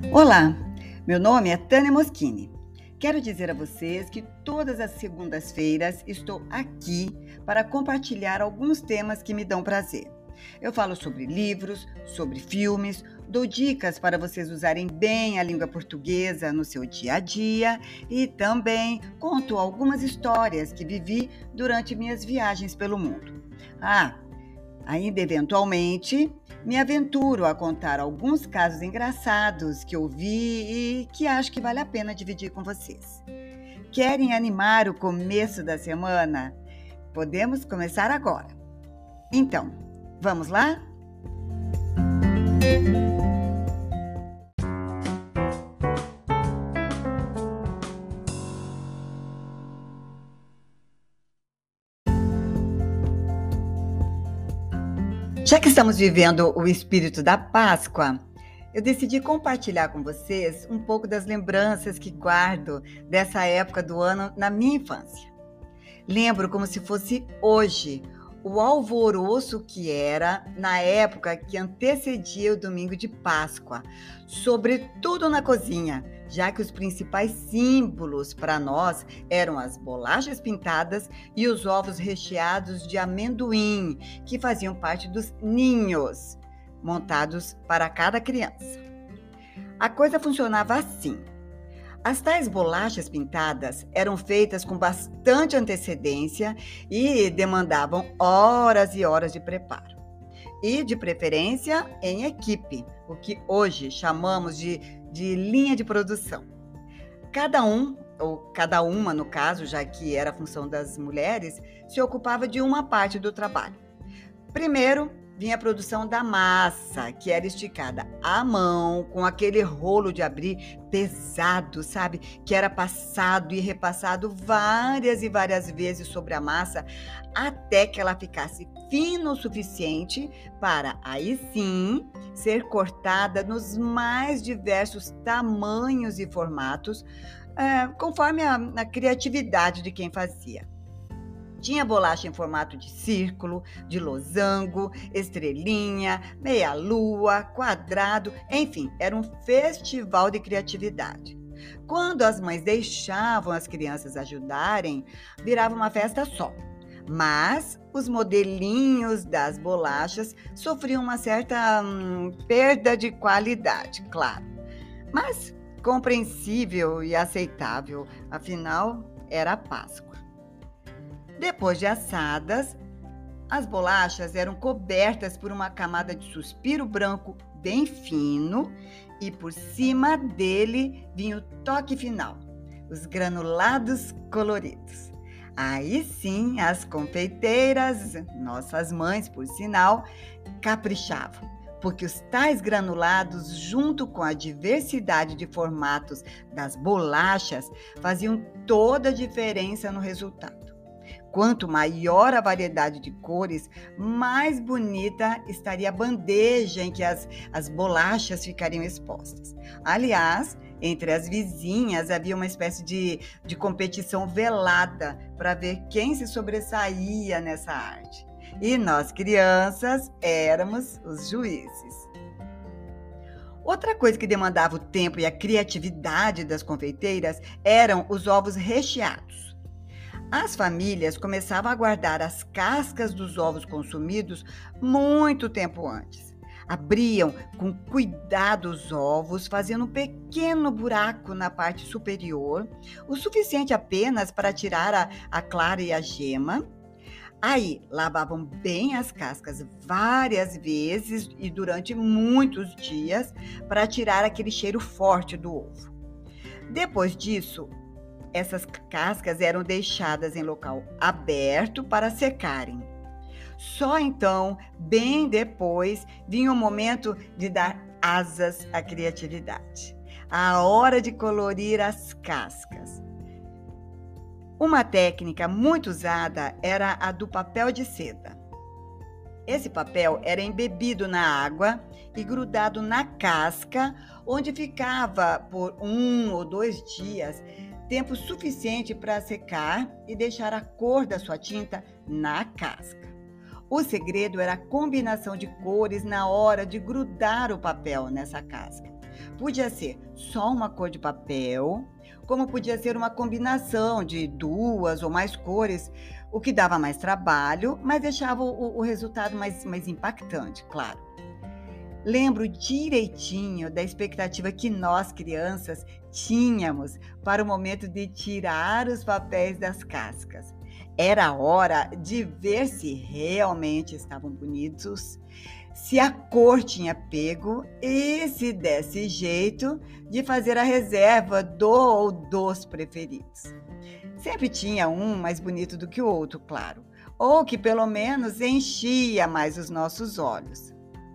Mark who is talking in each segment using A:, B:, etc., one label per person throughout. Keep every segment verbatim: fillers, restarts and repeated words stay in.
A: Olá, meu nome é Tânia Moschini. Quero dizer a vocês que todas as segundas-feiras estou aqui para compartilhar alguns temas que me dão prazer. Eu falo sobre livros, sobre filmes, dou dicas para vocês usarem bem a língua portuguesa no seu dia a dia e também conto algumas histórias que vivi durante minhas viagens pelo mundo. Ah, ainda eventualmente me aventuro a contar alguns casos engraçados que eu vi e que acho que vale a pena dividir com vocês. Querem animar o começo da semana? Podemos começar agora. Então, vamos lá? Já que estamos vivendo o espírito da Páscoa, eu decidi compartilhar com vocês um pouco das lembranças que guardo dessa época do ano na minha infância. Lembro como se fosse hoje o alvoroço que era na época que antecedia o domingo de Páscoa, sobretudo na cozinha, já que os principais símbolos para nós eram as bolachas pintadas e os ovos recheados de amendoim, que faziam parte dos ninhos montados para cada criança. A coisa funcionava assim. As tais bolachas pintadas eram feitas com bastante antecedência e demandavam horas e horas de preparo. E, de preferência, em equipe, o que hoje chamamos de, de linha de produção. Cada um, ou cada uma no caso, já que era a função das mulheres, se ocupava de uma parte do trabalho. Primeiro, vinha a produção da massa, que era esticada à mão, com aquele rolo de abrir pesado, sabe? Que era passado e repassado várias e várias vezes sobre a massa, até que ela ficasse fina o suficiente para, aí sim, ser cortada nos mais diversos tamanhos e formatos, é, conforme a, a criatividade de quem fazia. Tinha bolacha em formato de círculo, de losango, estrelinha, meia-lua, quadrado, enfim, era um festival de criatividade. Quando as mães deixavam as crianças ajudarem, virava uma festa só. Mas os modelinhos das bolachas sofriam uma certa hum, perda de qualidade, claro. Mas compreensível e aceitável, afinal, era a Páscoa. Depois de assadas, as bolachas eram cobertas por uma camada de suspiro branco bem fino e por cima dele vinha o toque final, os granulados coloridos. Aí sim, as confeiteiras, nossas mães, por sinal, caprichavam, porque os tais granulados, junto com a diversidade de formatos das bolachas, faziam toda a diferença no resultado. Quanto maior a variedade de cores, mais bonita estaria a bandeja em que as, as bolachas ficariam expostas. Aliás, entre as vizinhas havia uma espécie de, de competição velada para ver quem se sobressaía nessa arte. E nós, crianças, éramos os juízes. Outra coisa que demandava o tempo e a criatividade das confeiteiras eram os ovos recheados. As famílias começavam a guardar as cascas dos ovos consumidos muito tempo antes. Abriam com cuidado os ovos, fazendo um pequeno buraco na parte superior, o suficiente apenas para tirar a, a clara e a gema. Aí, lavavam bem as cascas várias vezes e durante muitos dias para tirar aquele cheiro forte do ovo. Depois disso, essas cascas eram deixadas em local aberto para secarem. Só então, bem depois, vinha o momento de dar asas à criatividade. A hora de colorir as cascas. Uma técnica muito usada era a do papel de seda. Esse papel era embebido na água e grudado na casca, onde ficava por um ou dois dias, tempo suficiente para secar e deixar a cor da sua tinta na casca. O segredo era a combinação de cores na hora de grudar o papel nessa casca. Podia ser só uma cor de papel, como podia ser uma combinação de duas ou mais cores, o que dava mais trabalho, mas deixava o, o resultado mais, mais impactante, claro. Lembro direitinho da expectativa que nós, crianças, tínhamos para o momento de tirar os papéis das cascas. Era a hora de ver se realmente estavam bonitos, se a cor tinha pego e, se desse jeito, de fazer a reserva do ou dos preferidos. Sempre tinha um mais bonito do que o outro, claro, ou que pelo menos enchia mais os nossos olhos.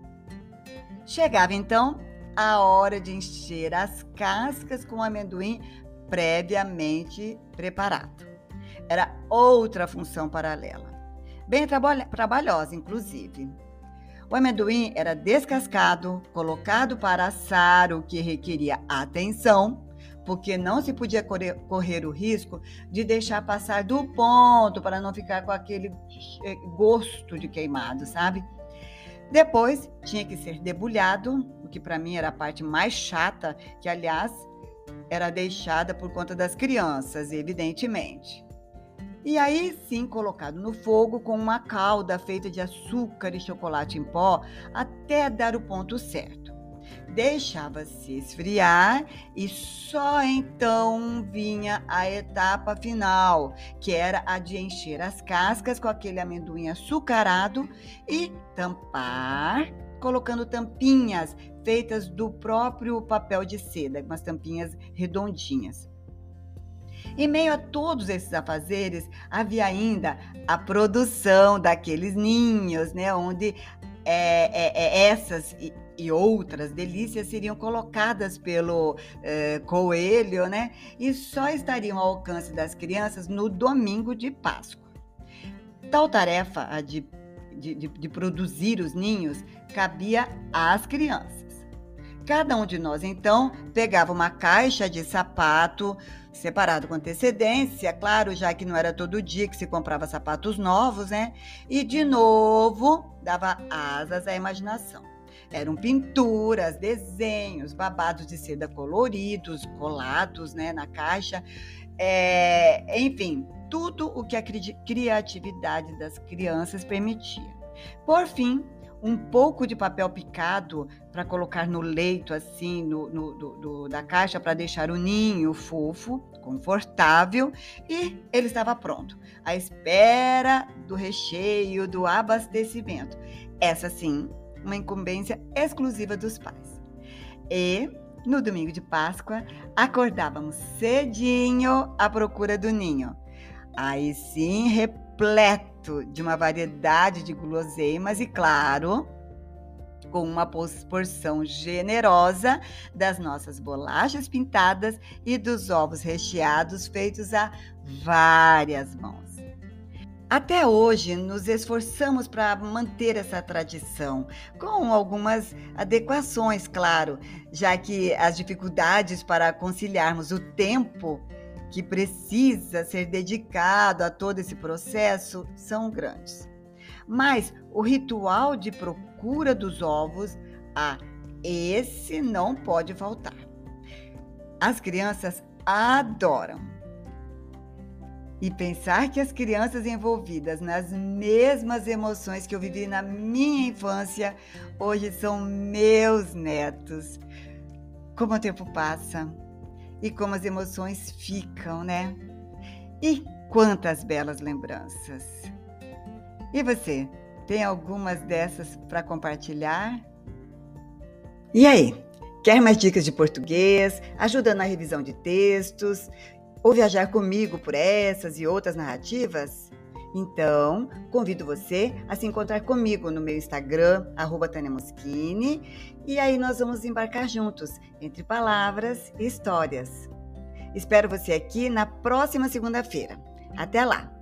A: Chegava então a hora de encher as cascas com amendoim previamente preparado. Era outra função paralela, bem trabalha- trabalhosa, inclusive. O amendoim era descascado, colocado para assar, o que requeria atenção, porque não se podia correr, correr o risco de deixar passar do ponto para não ficar com aquele eh, gosto de queimado, sabe? Depois tinha que ser debulhado, o que para mim era a parte mais chata, que aliás era deixada por conta das crianças, evidentemente. E aí sim colocado no fogo com uma calda feita de açúcar e chocolate em pó até dar o ponto certo. Deixava-se esfriar e só então vinha a etapa final, que era a de encher as cascas com aquele amendoim açucarado e tampar, colocando tampinhas feitas do próprio papel de seda, umas tampinhas redondinhas. Em meio a todos esses afazeres, havia ainda a produção daqueles ninhos, né, onde é, é, é, essas e, e outras delícias seriam colocadas pelo é, coelho, né, e só estariam ao alcance das crianças no domingo de Páscoa. Tal tarefa, a de, de, de, de produzir os ninhos, cabia às crianças. Cada um de nós, então, pegava uma caixa de sapato, separado com antecedência, claro, já que não era todo dia que se comprava sapatos novos, né? E, de novo, dava asas à imaginação. Eram pinturas, desenhos, babados de seda coloridos, colados, né, na caixa. É, enfim, tudo o que a cri- criatividade das crianças permitia. Por fim, um pouco de papel picado para colocar no leito, assim, no, no, do, do, da caixa, para deixar o ninho fofo, confortável, e ele estava pronto, à espera do recheio, do abastecimento. Essa, sim, uma incumbência exclusiva dos pais. E, no domingo de Páscoa, acordávamos cedinho à procura do ninho. Aí sim, repleto de uma variedade de guloseimas e, claro, com uma porção generosa das nossas bolachas pintadas e dos ovos recheados feitos a várias mãos. Até hoje, nos esforçamos para manter essa tradição, com algumas adequações, claro, já que as dificuldades para conciliarmos o tempo que precisa ser dedicado a todo esse processo são grandes. Mas o ritual de procura dos ovos, ah, esse não pode faltar. As crianças adoram. E pensar que as crianças envolvidas nas mesmas emoções que eu vivi na minha infância, hoje são meus netos. Como o tempo passa e como as emoções ficam, né? E quantas belas lembranças! E você, tem algumas dessas para compartilhar? E aí, quer mais dicas de português, ajuda na revisão de textos, ou viajar comigo por essas e outras narrativas? Então, convido você a se encontrar comigo no meu Instagram, arroba Tânia Moschini, e aí nós vamos embarcar juntos, entre palavras e histórias. Espero você aqui na próxima segunda-feira. Até lá!